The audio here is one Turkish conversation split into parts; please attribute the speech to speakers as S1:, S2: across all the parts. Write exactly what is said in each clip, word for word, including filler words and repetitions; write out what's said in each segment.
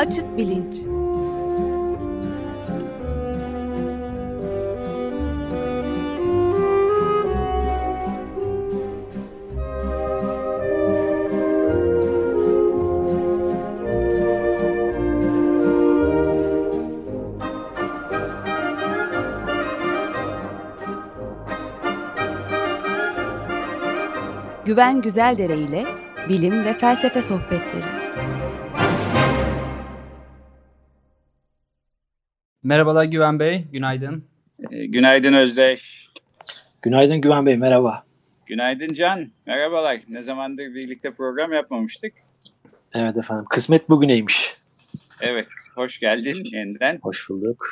S1: Açık Bilinç. Güven Güzeldere ile bilim ve felsefe sohbetleri.
S2: Merhabalar Güven Bey, günaydın.
S3: E, günaydın Özdeş.
S4: Günaydın Güven Bey, merhaba.
S3: Günaydın Can, merhabalar. Ne zamandır birlikte program yapmamıştık.
S4: Evet efendim, kısmet bugüneymiş.
S3: Evet, hoş geldin yeniden.
S4: Hoş bulduk.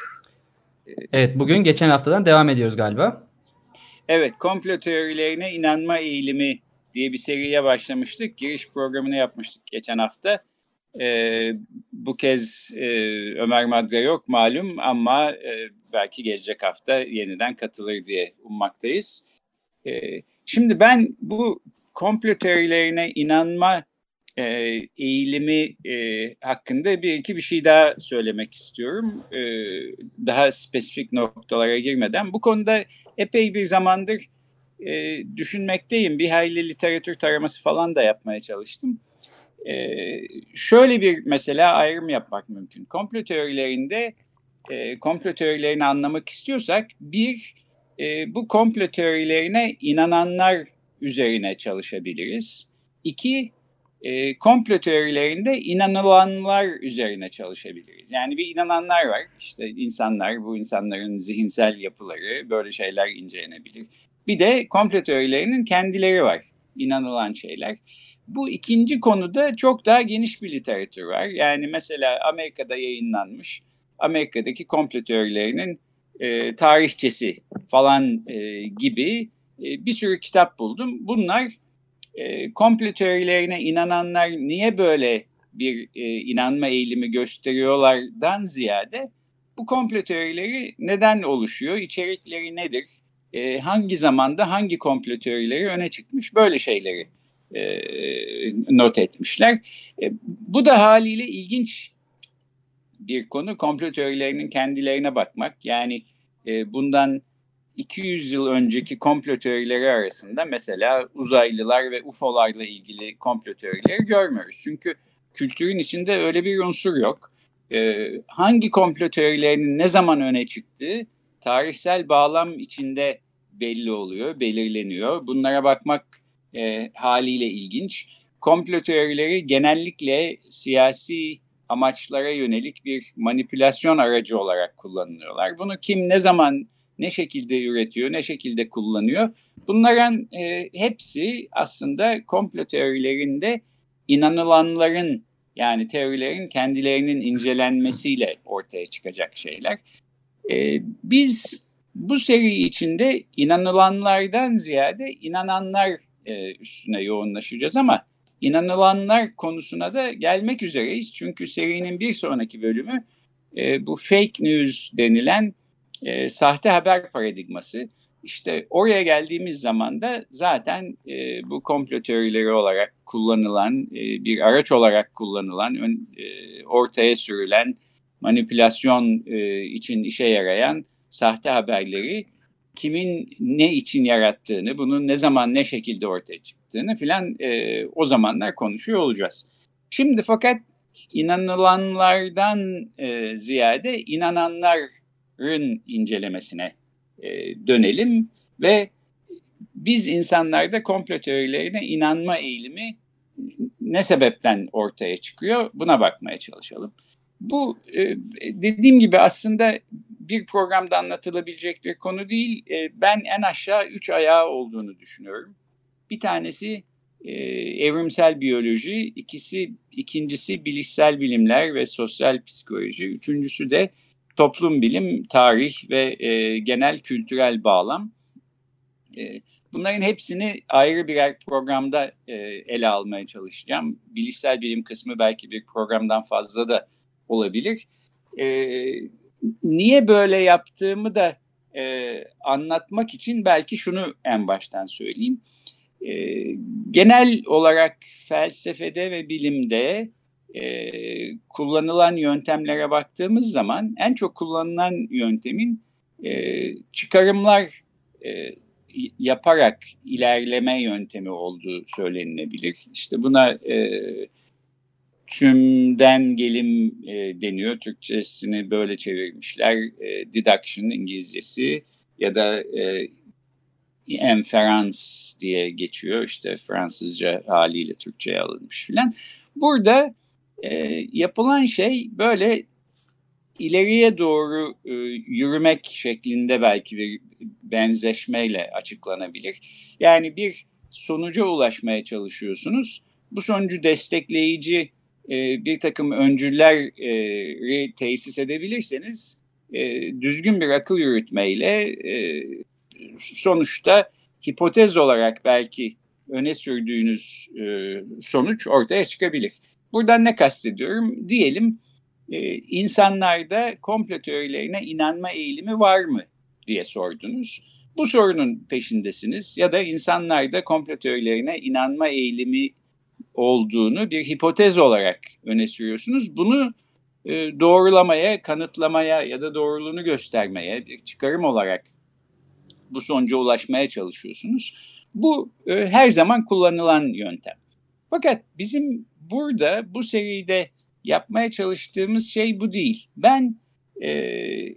S2: Evet, bugün geçen haftadan devam ediyoruz galiba.
S3: Evet, komplo teorilerine inanma eğilimi diye bir seriye başlamıştık. Giriş programını yapmıştık geçen hafta. Ee, bu kez e, Ömer Madra yok malum ama e, belki gelecek hafta yeniden katılır diye ummaktayız. E, şimdi ben bu komplo teorilerine inanma e, eğilimi e, hakkında bir iki bir şey daha söylemek istiyorum. E, daha spesifik noktalara girmeden. Bu konuda epey bir zamandır e, düşünmekteyim. Bir hayli literatür taraması falan da yapmaya çalıştım. Ee, şöyle bir mesela ayrım yapmak mümkün. Komplo teorilerinde e, komplo teorilerini anlamak istiyorsak bir e, bu komplo teorilerine inananlar üzerine çalışabiliriz. İki e, komplo teorilerinde inanılanlar üzerine çalışabiliriz. Yani bir inananlar var, işte insanlar, bu insanların zihinsel yapıları, böyle şeyler incelenebilir. Bir de komplo teorilerinin kendileri var, inanılan şeyler. Bu ikinci konuda çok daha geniş bir literatür var. Yani mesela Amerika'da yayınlanmış Amerika'daki komplo teorilerinin e, tarihçesi falan e, gibi e, bir sürü kitap buldum. Bunlar e, komplo teorilerine inananlar niye böyle bir e, inanma eğilimi gösteriyorlardan ziyade bu komplo teorileri neden oluşuyor, içerikleri nedir, e, hangi zamanda hangi komplo teorileri öne çıkmış, böyle şeyleri E, not etmişler. E, bu da haliyle ilginç bir konu. Komplo teorilerinin kendilerine bakmak. Yani e, bundan iki yüz yıl önceki komplo teorileri arasında mesela uzaylılar ve U F O'larla ilgili komplo teorileri görmüyoruz. Çünkü kültürün içinde öyle bir unsur yok. E, hangi komplo teorilerinin ne zaman öne çıktığı tarihsel bağlam içinde belli oluyor, belirleniyor. Bunlara bakmak E, haliyle ilginç. Komplo teorileri genellikle siyasi amaçlara yönelik bir manipülasyon aracı olarak kullanılıyorlar. Bunu kim ne zaman ne şekilde üretiyor, ne şekilde kullanıyor? Bunların e, hepsi aslında komplo teorilerinde inanılanların, yani teorilerin kendilerinin incelenmesiyle ortaya çıkacak şeyler. E, biz bu seri içinde inanılanlardan ziyade inananlar E, üstüne yoğunlaşacağız ama inanılanlar konusuna da gelmek üzereyiz. Çünkü serinin bir sonraki bölümü e, bu fake news denilen e, sahte haber paradigması. İşte oraya geldiğimiz zaman da zaten e, bu komplo teorileri olarak kullanılan, e, bir araç olarak kullanılan, ön, e, ortaya sürülen, manipülasyon e, için işe yarayan sahte haberleri kimin ne için yarattığını, bunun ne zaman ne şekilde ortaya çıktığını filan e, o zamanlar konuşuyor olacağız. Şimdi fakat inanılanlardan e, ziyade inananların incelemesine e, dönelim ve biz insanlarda komplo teorilerine inanma eğilimi ne sebepten ortaya çıkıyor, buna bakmaya çalışalım. Bu e, dediğim gibi aslında bir programda anlatılabilecek bir konu değil. Ben en aşağı üç ayağı olduğunu düşünüyorum. Bir tanesi e, evrimsel biyoloji, ikisi, ikincisi bilişsel bilimler ve sosyal psikoloji, üçüncüsü de toplum bilim, tarih ve e, genel kültürel bağlam. E, bunların hepsini ayrı birer programda e, ele almaya çalışacağım. Bilişsel bilim kısmı belki bir programdan fazla da olabilir. Evet. Niye böyle yaptığımı da e, anlatmak için belki şunu en baştan söyleyeyim. E, genel olarak felsefede ve bilimde e, kullanılan yöntemlere baktığımız zaman en çok kullanılan yöntemin e, çıkarımlar e, yaparak ilerleme yöntemi olduğu söylenilebilir. İşte buna e, tümden gelim e, deniyor. Türkçesini böyle çevirmişler. E, deduction İngilizcesi ya da e, inferans diye geçiyor. İşte Fransızca haliyle Türkçe'ye alınmış filan. Burada e, yapılan şey böyle ileriye doğru e, yürümek şeklinde belki bir benzeşmeyle açıklanabilir. Yani bir sonuca ulaşmaya çalışıyorsunuz. Bu sonucu destekleyici e, bir takım öncülleri tesis edebilirseniz e, düzgün bir akıl yürütmeyle e, sonuçta hipotez olarak belki öne sürdüğünüz e, sonuç ortaya çıkabilir. Buradan ne kastediyorum? Diyelim e, insanlarda komplo teorilerine inanma eğilimi var mı diye sordunuz. Bu sorunun peşindesiniz ya da insanlarda komplo teorilerine inanma eğilimi olduğunu bir hipotez olarak öne sürüyorsunuz. Bunu e, doğrulamaya, kanıtlamaya ya da doğruluğunu göstermeye bir çıkarım olarak bu sonuca ulaşmaya çalışıyorsunuz. Bu e, her zaman kullanılan yöntem. Fakat bizim burada bu seride yapmaya çalıştığımız şey bu değil. Ben e,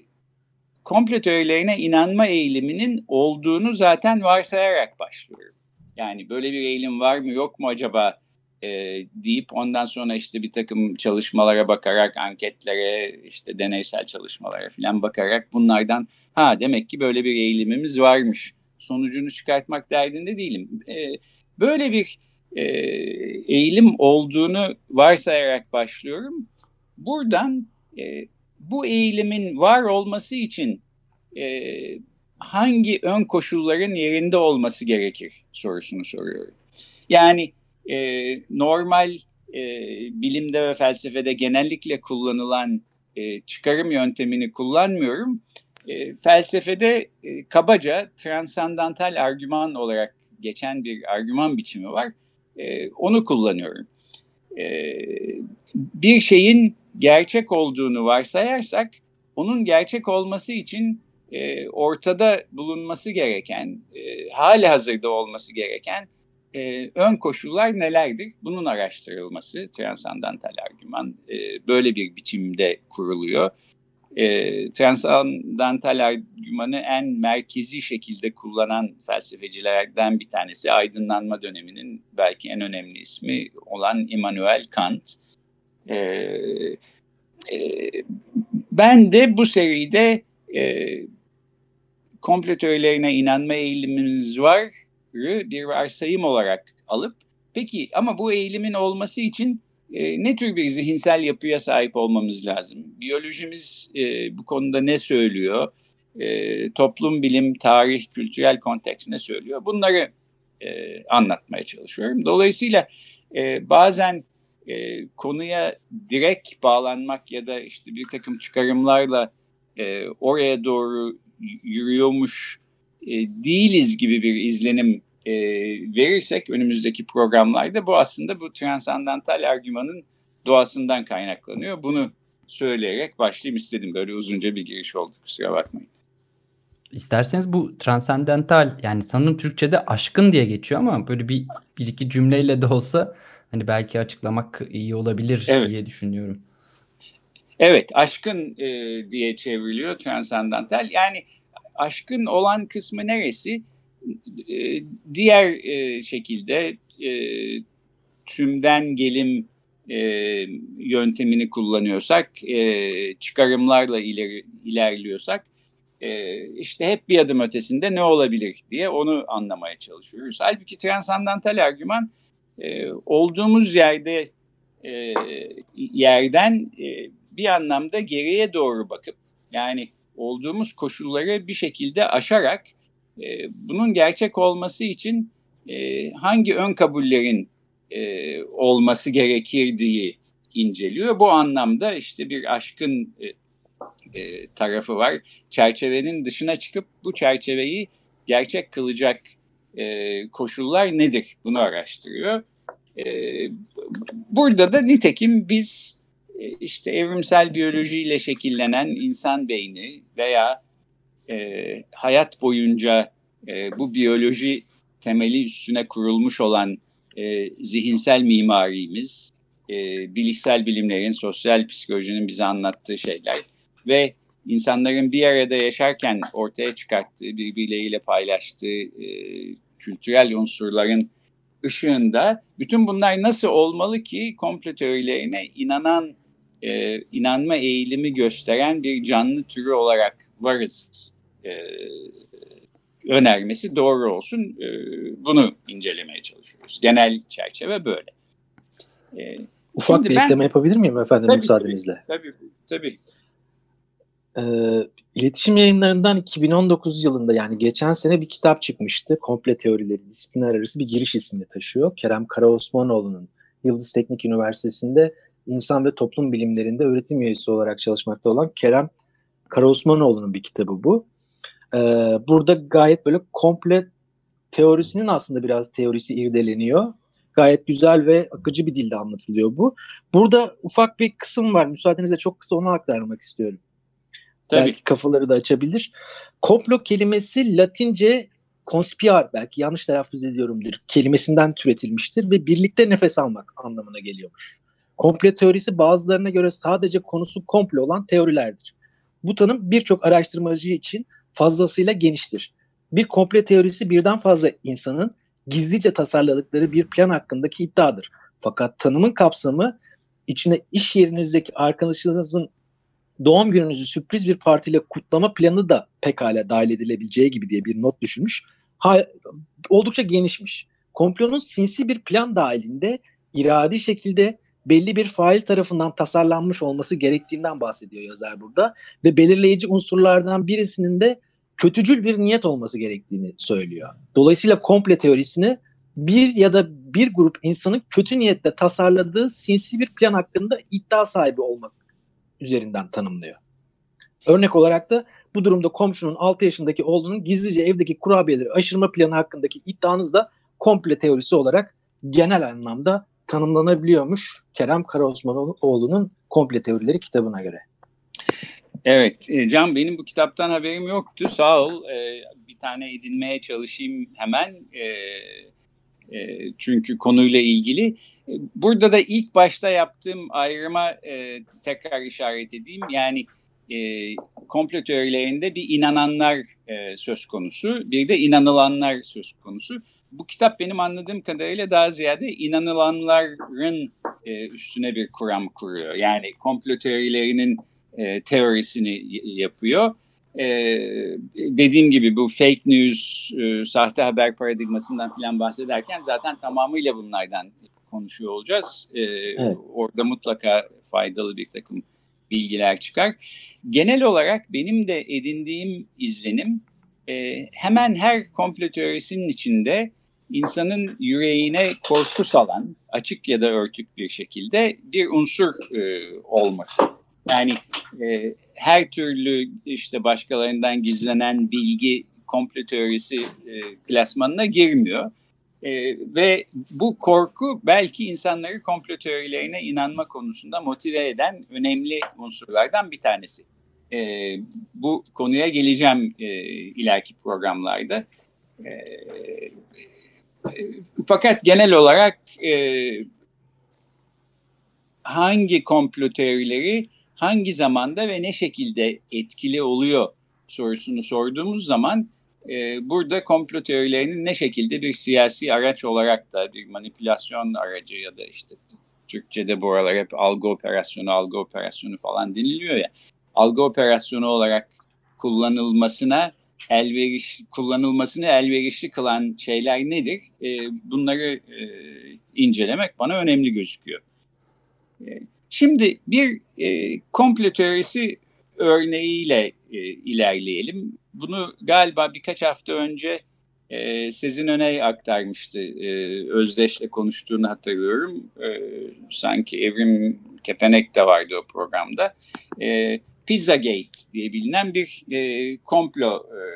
S3: komplo teorilerine inanma eğiliminin olduğunu zaten varsayarak başlıyorum. Yani böyle bir eğilim var mı yok mu acaba e, deyip ondan sonra işte bir takım çalışmalara bakarak, anketlere, işte deneysel çalışmalara falan bakarak bunlardan ha demek ki böyle bir eğilimimiz varmış sonucunu çıkartmak derdinde değilim. E, böyle bir e, eğilim olduğunu varsayarak başlıyorum. Buradan e, bu eğilimin var olması için e, hangi ön koşulların yerinde olması gerekir sorusunu soruyorum. Yani e, normal e, bilimde ve felsefede genellikle kullanılan e, çıkarım yöntemini kullanmıyorum. E, felsefede e, kabaca transandantal argüman olarak geçen bir argüman biçimi var. E, onu kullanıyorum. E, bir şeyin gerçek olduğunu varsayarsak onun gerçek olması için e, ortada bulunması gereken, e, hali hazırda olması gereken e, ön koşullar nelerdir? Bunun araştırılması, transandantal argüman e, böyle bir biçimde kuruluyor. E, transandantal argümanı en merkezi şekilde kullanan felsefecilerden bir tanesi, aydınlanma döneminin belki en önemli ismi olan Immanuel Kant. E, e, ben de bu seride e, komplo teorilerine inanma eğilimimiz var bir varsayım olarak alıp peki ama bu eğilimin olması için e, ne tür bir zihinsel yapıya sahip olmamız lazım? Biyolojimiz e, bu konuda ne söylüyor? E, toplum, bilim, tarih, kültürel konteks ne söylüyor? Bunları e, anlatmaya çalışıyorum. Dolayısıyla e, bazen e, konuya direkt bağlanmak ya da işte bir takım çıkarımlarla e, oraya doğru yürüyormuş e, değiliz gibi bir izlenim e, verirsek önümüzdeki programlarda bu aslında bu transandantal argümanın doğasından kaynaklanıyor. Bunu söyleyerek başlayayım istedim. Böyle uzunca bir giriş oldu. Kusura bakmayın.
S2: İsterseniz bu transandantal yani sanırım Türkçe'de aşkın diye geçiyor ama böyle bir, bir iki cümleyle de olsa hani belki açıklamak iyi olabilir evet. diye düşünüyorum.
S3: Evet, aşkın e, diye çevriliyor transandantal. Yani aşkın olan kısmı neresi? E, diğer e, şekilde e, tümden gelim e, yöntemini kullanıyorsak, e, çıkarımlarla ileri, ilerliyorsak, e, işte hep bir adım ötesinde ne olabilir diye onu anlamaya çalışıyoruz. Halbuki transandantal argüman e, olduğumuz yerde e, yerden e, bir anlamda geriye doğru bakıp yani olduğumuz koşulları bir şekilde aşarak e, bunun gerçek olması için e, hangi ön kabullerin e, olması gerekirdiği inceliyor. Bu anlamda işte bir aşkın e, e, tarafı var. Çerçevenin dışına çıkıp bu çerçeveyi gerçek kılacak e, koşullar nedir? Bunu araştırıyor. E, burada da nitekim biz işte evrimsel biyolojiyle şekillenen insan beyni veya e, hayat boyunca e, bu biyoloji temeli üstüne kurulmuş olan e, zihinsel mimarimiz, e, bilişsel bilimlerin, sosyal psikolojinin bize anlattığı şeyler ve insanların bir arada yaşarken ortaya çıkarttığı, birbirleriyle paylaştığı e, kültürel unsurların ışığında bütün bunlar nasıl olmalı ki komplo teorilerine inanan, e, inanma eğilimi gösteren bir canlı türü olarak varız e, önermesi doğru olsun. E, bunu incelemeye çalışıyoruz. Genel çerçeve böyle.
S4: E, Ufak bir ben, ekleme yapabilir miyim efendim tabii, müsaadenizle?
S3: Tabii, tabii.
S4: Ee, İletişim Yayınları'ndan iki bin on dokuz yılında, yani geçen sene bir kitap çıkmıştı. Komplo Teorileri, Disiplinler Arası bir Giriş ismini taşıyor. Kerem Karaosmanoğlu'nun Yıldız Teknik Üniversitesi'nde İnsan ve Toplum Bilimlerinde öğretim üyesi olarak çalışmakta olan Kerem Karaosmanoğlu'nun bir kitabı bu. Ee, burada gayet böyle komplo teorisinin aslında biraz teorisi irdeleniyor. Gayet güzel ve akıcı bir dilde anlatılıyor bu. Burada ufak bir kısım var. Müsaadenizle çok kısa onu aktarmak istiyorum. Tabii. Belki kafaları da açabilir. Komplo kelimesi Latince conspiar, belki yanlış telaffuz ediyorumdur, kelimesinden türetilmiştir ve birlikte nefes almak anlamına geliyormuş. Komplo teorisi bazılarına göre sadece konusu komplo olan teorilerdir. Bu tanım birçok araştırmacı için fazlasıyla geniştir. Bir komplo teorisi birden fazla insanın gizlice tasarladıkları bir plan hakkındaki iddiadır. Fakat tanımın kapsamı içine iş yerinizdeki arkadaşınızın doğum gününüzü sürpriz bir partiyle kutlama planı da pekala dahil edilebileceği gibi diye bir not düşmüş. Ha, oldukça genişmiş. Komplonun sinsi bir plan dahilinde iradi şekilde belli bir fail tarafından tasarlanmış olması gerektiğinden bahsediyor yazar burada. Ve belirleyici unsurlardan birisinin de kötücül bir niyet olması gerektiğini söylüyor. Dolayısıyla komplo teorisini bir ya da bir grup insanın kötü niyetle tasarladığı sinsi bir plan hakkında iddia sahibi olmak üzerinden tanımlıyor. Örnek olarak da bu durumda komşunun altı yaşındaki oğlunun gizlice evdeki kurabiyeleri aşırma planı hakkındaki iddianız da komplo teorisi olarak genel anlamda tanımlanabiliyormuş Kerem Karaosmanoğlu'nun Komplo Teorileri kitabına göre.
S3: Evet, Can, benim bu kitaptan haberim yoktu. Sağ ol. Bir tane edinmeye çalışayım hemen. Çünkü konuyla ilgili. Burada da ilk başta yaptığım ayrıma tekrar işaret edeyim. Yani komplo teorilerinde bir inananlar söz konusu, bir de inanılanlar söz konusu. Bu kitap benim anladığım kadarıyla daha ziyade inanılanların üstüne bir kuram kuruyor. Yani komplo teorilerinin teorisini yapıyor. Dediğim gibi bu fake news, sahte haber paradigmasından falan bahsederken zaten tamamıyla bunlardan konuşuyor olacağız. Evet. Orada mutlaka faydalı bir takım bilgiler çıkar. Genel olarak benim de edindiğim izlenim hemen her komplo teorisinin içinde insanın yüreğine korku salan, açık ya da örtük bir şekilde bir unsur olması. Yani e, her türlü işte başkalarından gizlenen bilgi komplo teorisi e, klasmanına girmiyor. E, ve bu korku belki insanları komplo teorilerine inanma konusunda motive eden önemli unsurlardan bir tanesi. E, bu konuya geleceğim e, ileriki programlarda. E, e, fakat genel olarak e, hangi komplo teorileri hangi zamanda ve ne şekilde etkili oluyor sorusunu sorduğumuz zaman e, burada komplo teorilerinin ne şekilde bir siyasi araç olarak da bir manipülasyon aracı ya da işte Türkçe'de bu aralar hep algı operasyonu, algı operasyonu falan deniliyor ya. Algı operasyonu olarak kullanılmasına elveriş, kullanılmasını elverişli kılan şeyler nedir? E, bunları e, incelemek bana önemli gözüküyor. E, Şimdi bir e, komplo teorisi örneğiyle e, ilerleyelim. Bunu galiba birkaç hafta önce e, Sezin Öney aktarmıştı. E, Özdeş'le konuştuğunu hatırlıyorum. E, sanki Evrim Kepenek de vardı o programda. E, Pizzagate diye bilinen bir e, komplo e,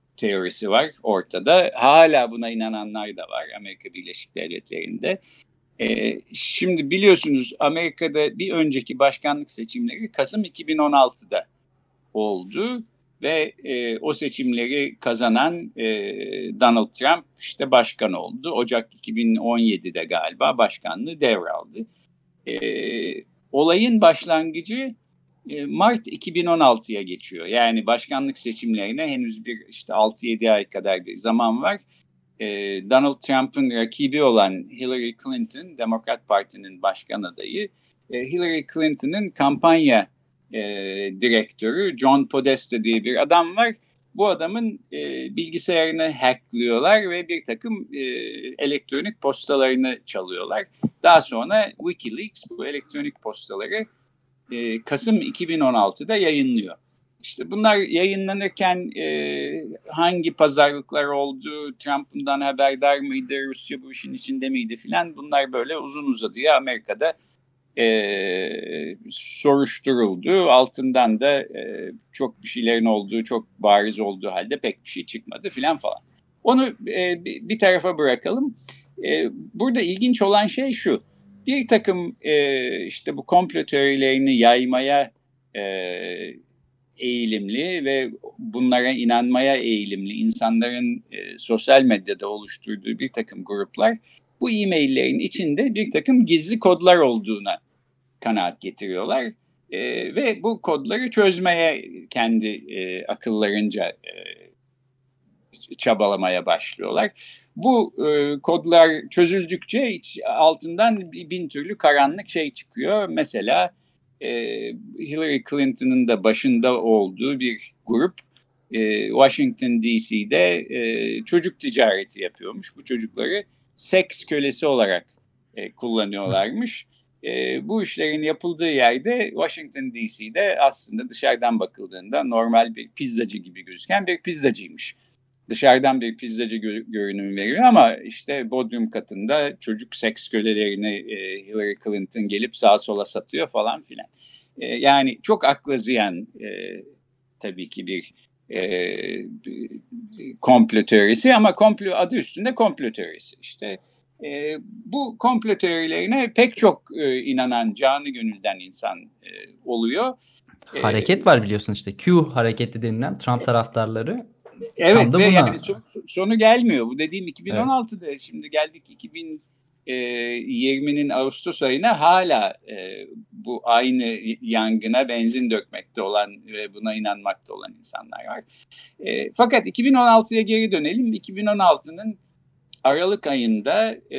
S3: teorisi var ortada. Hala buna inananlar da var Amerika Birleşik Devletleri'nde. E, şimdi biliyorsunuz Amerika'da bir önceki başkanlık seçimleri Kasım iki bin on altıda oldu ve e, o seçimleri kazanan e, Donald Trump işte başkan oldu. Ocak iki bin on yedide galiba başkanlığı devraldı. E, olayın başlangıcı e, Mart iki bin on altıya geçiyor. Yani başkanlık seçimlerine henüz bir işte altı yedi ay kadar bir zaman var. E, Donald Trump'ın rakibi olan Hillary Clinton, Demokrat Parti'nin başkan adayı, e, Hillary Clinton'ın kampanya e, direktörü John Podesta diye bir adam var. Bu adamın e, bilgisayarını hackliyorlar ve bir takım e, elektronik postalarını çalıyorlar. Daha sonra WikiLeaks bu elektronik postaları e, Kasım iki bin on altıda yayınlıyor. İşte bunlar yayınlanırken e, hangi pazarlıklar oldu, Trump bundan haberdar mıydı, Rusya bu işin içinde miydi filan, bunlar böyle uzun uzadıya Amerika'da e, soruşturuldu. Altından da e, çok bir şeylerin olduğu, çok bariz olduğu halde pek bir şey çıkmadı filan falan. Onu e, bir tarafa bırakalım. E, burada ilginç olan şey şu, bir takım e, işte bu komplo teorilerini yaymaya e, eğilimli ve bunlara inanmaya eğilimli insanların e, sosyal medyada oluşturduğu bir takım gruplar bu e-maillerin içinde bir takım gizli kodlar olduğuna kanaat getiriyorlar e, ve bu kodları çözmeye kendi e, akıllarınca e, çabalamaya başlıyorlar. Bu e, kodlar çözüldükçe altından bin türlü karanlık şey çıkıyor. Mesela e, Hillary Clinton'ın da başında olduğu bir grup e, Washington D C'de e, çocuk ticareti yapıyormuş. Bu çocukları seks kölesi olarak e, kullanıyorlarmış. E, bu işlerin yapıldığı yerde Washington D C'de aslında dışarıdan bakıldığında normal bir pizzacı gibi gözüken bir pizzacıymış. Dışarıdan bir pizzacı gö- görünüm veriyor ama işte bodrum katında çocuk seks kölelerini e, Hillary Clinton gelip sağa sola satıyor falan filan. E, yani çok akla ziyan e, tabii ki bir e, komplo teorisi ama komplo adı üstünde komplo teorisi. İşte e, bu komplo teorilerine pek çok e, inanan canı gönülden insan e, oluyor.
S2: Hareket var biliyorsun işte Q hareketi denilen Trump taraftarları.
S3: Evet ve buna... yani son, sonu gelmiyor. Bu dediğim iki bin on altıda evet. Şimdi geldik iki bin yirminin Ağustos ayına hala e, bu aynı yangına benzin dökmekte olan ve buna inanmakta olan insanlar var. E, fakat iki bin on altıya geri dönelim. iki bin on altının Aralık ayında e,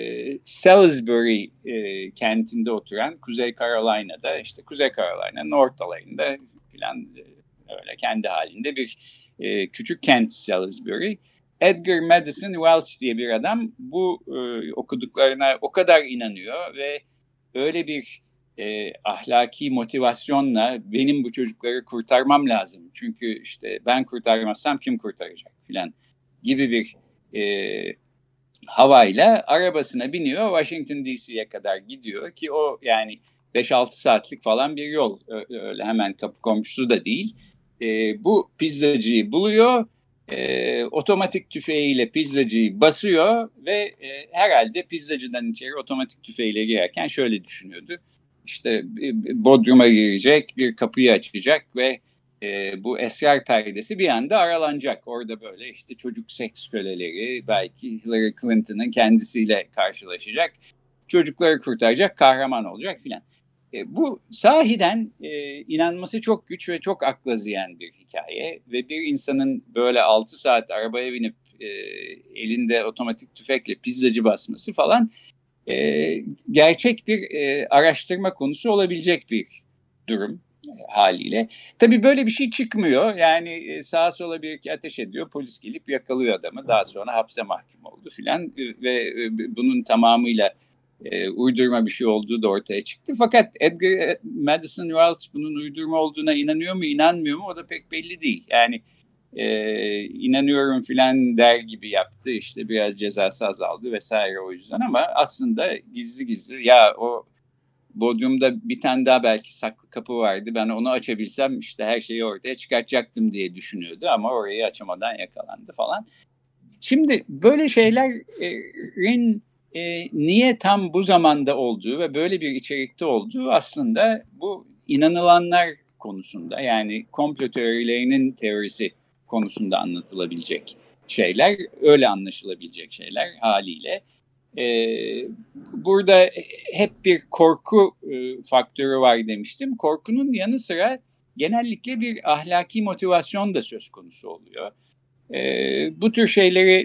S3: Salisbury e, kentinde oturan Kuzey Carolina'da işte Kuzey Carolina North alayında filan e, öyle kendi halinde bir e, küçük kent Salisbury. Edgar Madison Welch diye bir adam bu e, okuduklarına o kadar inanıyor ve öyle bir e, ahlaki motivasyonla benim bu çocukları kurtarmam lazım. Çünkü işte ben kurtarmazsam kim kurtaracak filan gibi bir e, havayla arabasına biniyor, Washington D C'ye kadar gidiyor ki o yani beş altı saatlik falan bir yol, öyle hemen kapı komşusu da değil. E, bu pizzacıyı buluyor, e, otomatik tüfeğiyle pizzacıyı basıyor ve e, herhalde pizzacıdan içeri otomatik tüfeğiyle girerken şöyle düşünüyordu. İşte e, bodruma girecek, bir kapıyı açacak ve e, bu esrar perdesi bir anda aralanacak. Orada böyle işte çocuk seks köleleri, belki Hillary Clinton'ın kendisiyle karşılaşacak, çocukları kurtaracak, kahraman olacak filan. E, bu sahiden e, inanması çok güç ve çok akla ziyan bir hikaye ve bir insanın böyle altı saat arabaya binip e, elinde otomatik tüfekle pizzacı basması falan e, gerçek bir e, araştırma konusu olabilecek bir durum e, haliyle. Tabii böyle bir şey çıkmıyor. Yani e, sağa sola bir iki ateş ediyor, polis gelip yakalıyor adamı. Daha sonra hapse mahkum oldu filan e, ve e, bunun tamamıyla E, uydurma bir şey olduğu da ortaya çıktı. Fakat Edgar Madison Welch bunun uydurma olduğuna inanıyor mu, inanmıyor mu o da pek belli değil. Yani e, inanıyorum filan der gibi yaptı. İşte biraz cezası azaldı vesaire o yüzden ama aslında gizli gizli ya o Bodrum'da bir tane daha belki saklı kapı vardı. Ben onu açabilsem işte her şeyi ortaya çıkartacaktım diye düşünüyordu ama orayı açamadan yakalandı falan. Şimdi böyle şeylerin e, niye tam bu zamanda olduğu ve böyle bir içerikte olduğu aslında bu inanılanlar konusunda, yani komplo teorilerinin teorisi konusunda anlatılabilecek şeyler, öyle anlaşılabilecek şeyler haliyle. Ee, burada hep bir korku e, faktörü var demiştim. Korkunun yanı sıra genellikle bir ahlaki motivasyon da söz konusu oluyor. Ee, bu tür şeyleri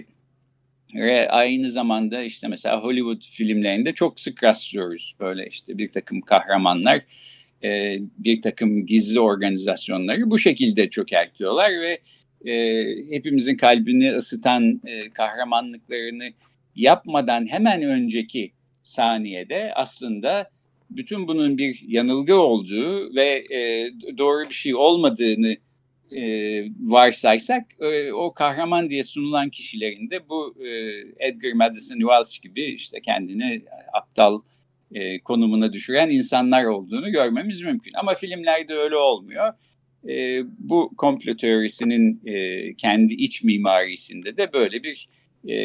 S3: ve aynı zamanda işte mesela Hollywood filmlerinde çok sık rastlıyoruz. Böyle işte bir takım kahramanlar e, bir takım gizli organizasyonları bu şekilde çökertiyorlar ve e, hepimizin kalbini ısıtan e, kahramanlıklarını yapmadan hemen önceki saniyede aslında bütün bunun bir yanılgı olduğu ve e, doğru bir şey olmadığını e, varsaysak e, o kahraman diye sunulan kişilerin de bu e, Edgar Madison Wells gibi işte kendini aptal e, konumuna düşüren insanlar olduğunu görmemiz mümkün. Ama filmlerde öyle olmuyor. E, bu komplo teorisinin e, kendi iç mimarisinde de böyle bir e,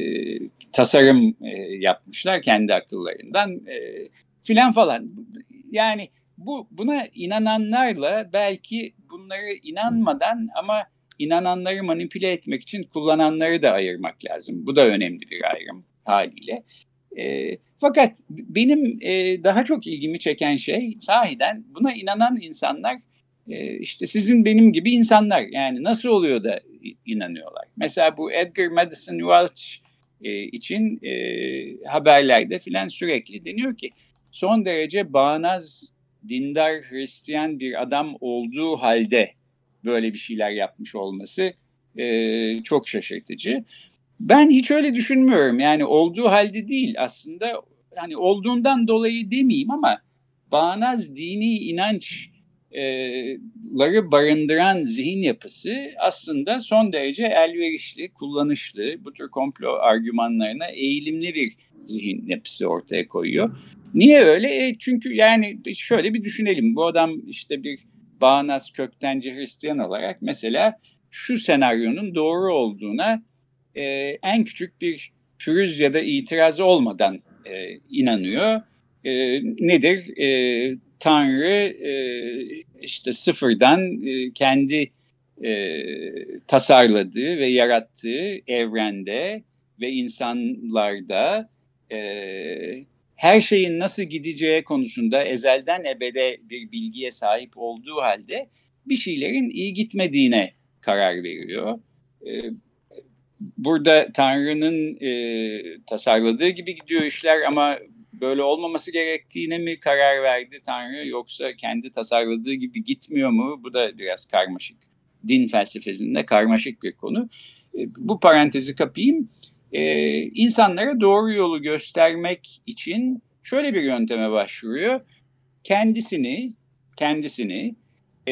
S3: tasarım e, yapmışlar kendi akıllarından e, filan falan. Yani bu buna inananlarla belki bunları inanmadan ama inananları manipüle etmek için kullananları da ayırmak lazım. Bu da önemli bir ayrım haliyle. E, fakat benim e, daha çok ilgimi çeken şey sahiden buna inanan insanlar e, işte sizin benim gibi insanlar. Yani nasıl oluyor da inanıyorlar? Mesela bu Edgar Madison Wells e, için e, haberlerde filan sürekli deniyor ki son derece bağnaz, dindar, Hristiyan bir adam olduğu halde böyle bir şeyler yapmış olması e, çok şaşırtıcı. Ben hiç öyle düşünmüyorum. Yani olduğu halde değil aslında, yani olduğundan dolayı demeyeyim ama bağnaz dini inançları barındıran zihin yapısı aslında son derece elverişli, kullanışlı, bu tür komplo argümanlarına eğilimli bir zihin yapısı ortaya koyuyor. Niye öyle? E çünkü yani şöyle bir düşünelim. Bu adam işte bir bağnaz köktenci Hristiyan olarak mesela şu senaryonun doğru olduğuna e, en küçük bir pürüz ya da itiraz olmadan e, inanıyor. E, nedir? E, Tanrı e, işte sıfırdan e, kendi e, tasarladığı ve yarattığı evrende ve insanlarda e, her şeyin nasıl gideceği konusunda ezelden ebede bir bilgiye sahip olduğu halde bir şeylerin iyi gitmediğine karar veriyor. E, burada Tanrı'nın e, tasarladığı gibi gidiyor işler ama böyle olmaması gerektiğine mi karar verdi Tanrı, yoksa kendi tasarladığı gibi gitmiyor mu? Bu da biraz karmaşık. Din felsefesinde karmaşık bir konu. E, bu parantezi kapayım. Ee, insanlara doğru yolu göstermek için şöyle bir yönteme başvuruyor. Kendisini, kendisini e,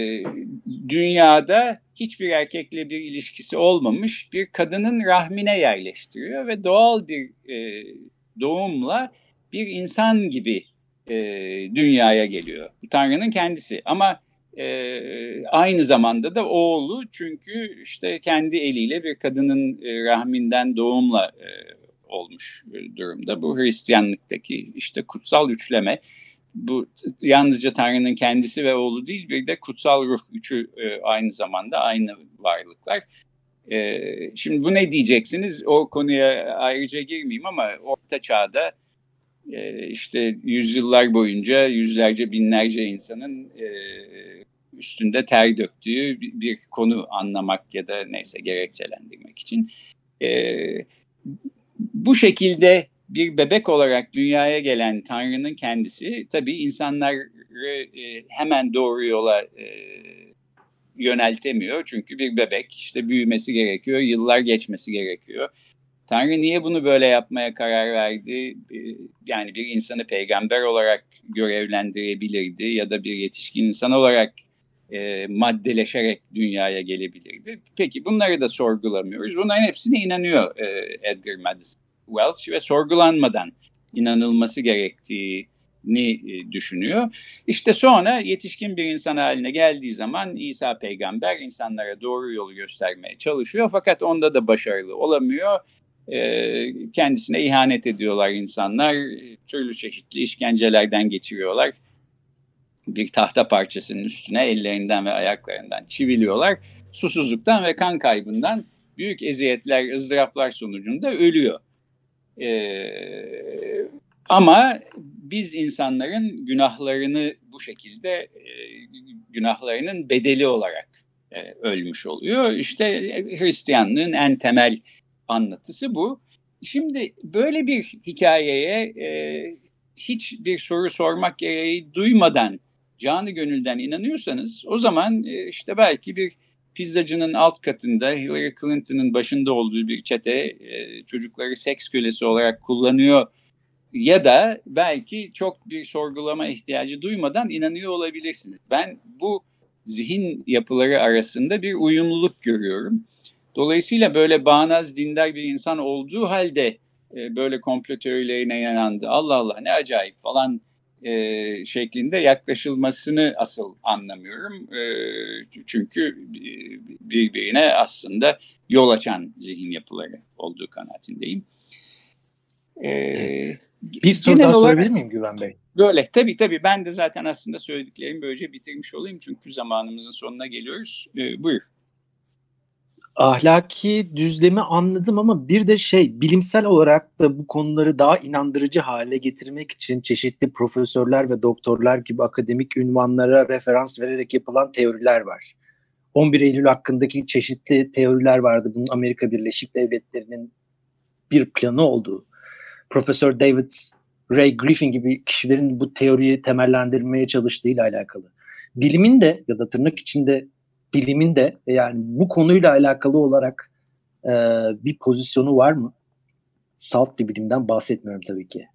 S3: dünyada hiçbir erkekle bir ilişkisi olmamış bir kadının rahmine yerleştiriyor ve doğal bir e, doğumla bir insan gibi e, dünyaya geliyor. Tanrı'nın kendisi ama Ee, aynı zamanda da oğlu, çünkü işte kendi eliyle bir kadının e, rahminden doğumla e, olmuş e, durumda. Bu Hristiyanlıktaki işte kutsal üçleme, bu yalnızca Tanrı'nın kendisi ve oğlu değil, bir de kutsal ruh, üçü e, aynı zamanda aynı varlıklar. E, şimdi bu ne diyeceksiniz? O konuya ayrıca girmeyeyim ama Orta Çağ'da e, işte yüzyıllar boyunca yüzlerce binlerce insanın e, üstünde ter döktüğü bir konu anlamak ya da neyse gerekçelendirmek için. Ee, bu şekilde bir bebek olarak dünyaya gelen Tanrı'nın kendisi tabii insanları e, hemen doğru yola e, yöneltemiyor. Çünkü bir bebek işte büyümesi gerekiyor, yıllar geçmesi gerekiyor. Tanrı niye bunu böyle yapmaya karar verdi? Yani bir insanı peygamber olarak görevlendirebilirdi ya da bir yetişkin insan olarak e, maddeleşerek dünyaya gelebilirdi. Peki bunları da sorgulamıyoruz. Bunların hepsine inanıyor e, Edgar Madison Wells ve sorgulanmadan inanılması gerektiğini e, düşünüyor. İşte sonra yetişkin bir insan haline geldiği zaman İsa peygamber insanlara doğru yolu göstermeye çalışıyor. Fakat onda da başarılı olamıyor. e, kendisine ihanet ediyorlar insanlar. Türlü çeşitli işkencelerden geçiriyorlar. Bir tahta parçasının üstüne ellerinden ve ayaklarından çiviliyorlar. Susuzluktan ve kan kaybından büyük eziyetler, ızdıraplar sonucunda ölüyor. Ee, ama biz insanların günahlarını bu şekilde e, günahlarının bedeli olarak e, ölmüş oluyor. İşte Hristiyanlığın en temel anlatısı bu. Şimdi böyle bir hikayeye e, hiçbir soru sormak gereği duymadan canı gönülden inanıyorsanız o zaman e, işte belki bir pizzacının alt katında Hillary Clinton'ın başında olduğu bir çete e, çocukları seks kölesi olarak kullanıyor ya da belki çok bir sorgulama ihtiyacı duymadan inanıyor olabilirsiniz. Ben bu zihin yapıları arasında bir uyumluluk görüyorum. Dolayısıyla böyle bağnaz, dindar bir insan olduğu halde e, böyle komplo teorilerine inandı. Allah Allah ne acayip falan e, şeklinde yaklaşılmasını asıl anlamıyorum. E, çünkü birbirine aslında yol açan zihin yapıları olduğu kanaatindeyim.
S4: E, bir soru daha sorabilir miyim Güven Bey?
S3: Böyle tabii tabii ben de zaten aslında söylediklerimi böylece bitirmiş olayım çünkü zamanımızın sonuna geliyoruz. E, buyur.
S4: Ahlaki düzlemi anladım ama bir de şey bilimsel olarak da bu konuları daha inandırıcı hale getirmek için çeşitli profesörler ve doktorlar gibi akademik ünvanlara referans vererek yapılan teoriler var. on bir Eylül hakkındaki çeşitli teoriler vardı. Bunun Amerika Birleşik Devletleri'nin bir planı olduğu. Profesör David Ray Griffin gibi kişilerin bu teoriyi temellendirmeye çalıştığıyla alakalı. Bilimin de ya da tırnak içinde bilimin de yani bu konuyla alakalı olarak e, bir pozisyonu var mı? Salt bir bilimden bahsetmiyorum tabii ki.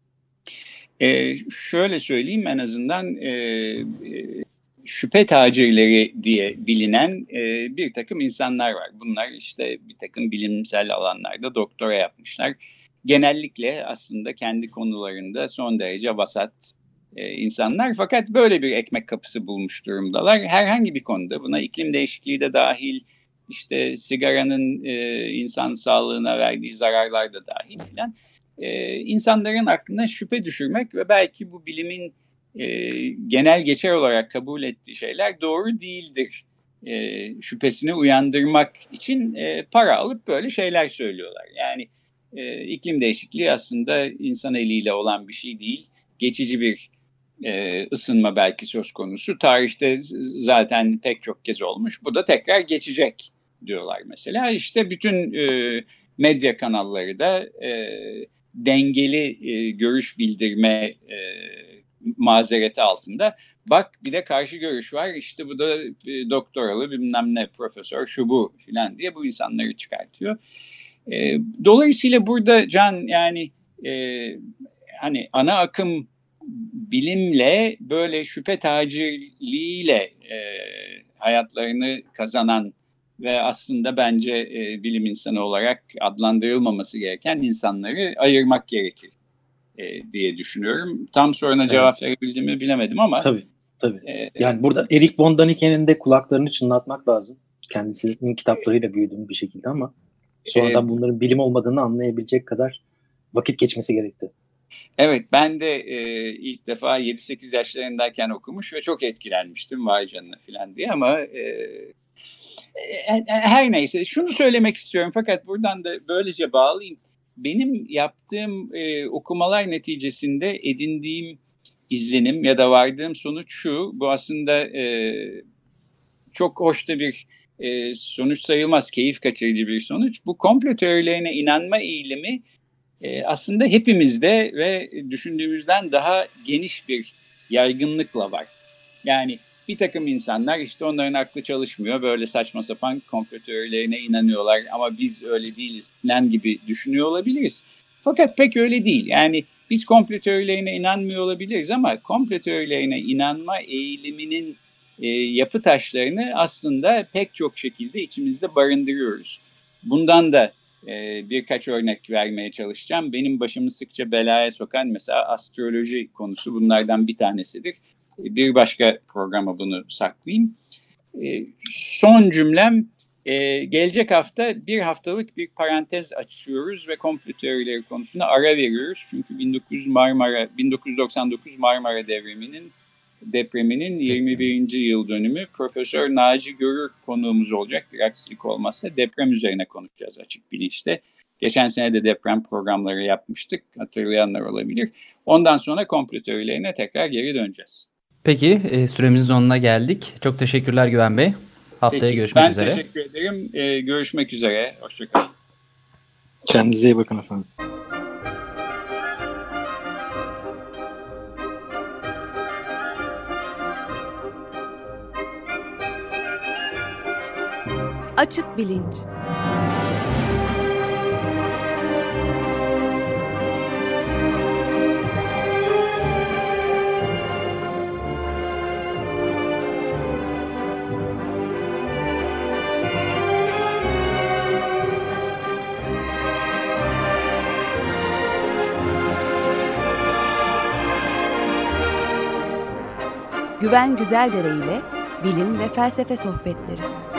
S3: E, şöyle söyleyeyim en azından e, e, şüphe tacirleri diye bilinen e, bir takım insanlar var. Bunlar işte bir takım bilimsel alanlarda doktora yapmışlar. Genellikle aslında kendi konularında son derece vasat e, insanlar fakat böyle bir ekmek kapısı bulmuş durumdalar. Herhangi bir konuda buna iklim değişikliği de dahil, işte sigaranın e, insan sağlığına verdiği zararlar da dahil filan. E, insanların aklına şüphe düşürmek ve belki bu bilimin e, genel geçer olarak kabul ettiği şeyler doğru değildir e, şüphesini uyandırmak için e, para alıp böyle şeyler söylüyorlar. Yani e, iklim değişikliği aslında insan eliyle olan bir şey değil. Geçici bir e, ısınma belki söz konusu. Tarihte zaten pek çok kez olmuş. Bu da tekrar geçecek diyorlar mesela. İşte bütün e, medya kanalları da e, dengeli e, görüş bildirme e, mazereti altında. Bak bir de karşı görüş var. İşte bu da e, doktoralı bilmem ne profesör şu bu filan diye bu insanları çıkartıyor. E, dolayısıyla burada Can yani e, hani ana akım bilimle böyle şüphe tacirliğiyle e, hayatlarını kazanan ve aslında bence e, bilim insanı olarak adlandırılmaması gereken insanları ayırmak gerekir e, diye düşünüyorum. Tam soruna evet. Cevap verebildiğimi bilemedim ama.
S4: Tabii tabii. E, yani burada Erik von Daniken'in de kulaklarını çınlatmak lazım. Kendisinin kitaplarıyla büyüdüğüm bir şekilde ama sonradan e, bunların bilim olmadığını anlayabilecek kadar vakit geçmesi gerekti.
S3: Evet ben de e, ilk defa yedi sekiz yaşlarındayken okumuş ve çok etkilenmiştim vay canına falan diye ama e, e, her neyse şunu söylemek istiyorum fakat buradan da böylece bağlayayım. Benim yaptığım e, okumalar neticesinde edindiğim izlenim ya da vardığım sonuç şu, bu aslında e, çok hoş da bir e, sonuç sayılmaz, keyif kaçırıcı bir sonuç. Bu komplo teorilerine inanma eğilimi e, aslında hepimizde ve düşündüğümüzden daha geniş bir yaygınlıkla var. Yani bir takım insanlar işte onların aklı çalışmıyor, böyle saçma sapan komplo teorilerine inanıyorlar ama biz öyle değiliz falan gibi düşünüyor olabiliriz. Fakat pek öyle değil. Yani biz komplo teorilerine inanmıyor olabiliriz ama komplo teorilerine inanma eğiliminin e, yapı taşlarını aslında pek çok şekilde içimizde barındırıyoruz. Bundan da e, birkaç örnek vermeye çalışacağım. Benim başımı sıkça belaya sokan mesela astroloji konusu bunlardan bir tanesidir. Bir başka programa bunu saklayayım. E, son cümlem Ee, gelecek hafta bir haftalık bir parantez açıyoruz ve komplo teorileri konusunda ara veriyoruz. Çünkü bin dokuz yüz Marmara, bin dokuz yüz doksan dokuz Marmara depreminin depreminin yirmi birinci yıl dönümü. Profesör Naci Görür konuğumuz olacak. Bir aksilik olmazsa deprem üzerine konuşacağız Açık Bilinç'te. Geçen sene de deprem programları yapmıştık. Hatırlayanlar olabilir. Ondan sonra komplo teorilerine tekrar geri döneceğiz.
S2: Peki, e, süremizin sonuna geldik. Çok teşekkürler Güven Bey. Haftaya
S3: Peki,
S2: görüşmek
S3: ben
S2: üzere.
S3: Ben teşekkür ederim. Ee, görüşmek üzere. Hoşçakalın.
S4: Kendinize iyi bakın efendim.
S1: Açık Bilinç. Güven Güzeldere ile bilim ve felsefe sohbetleri.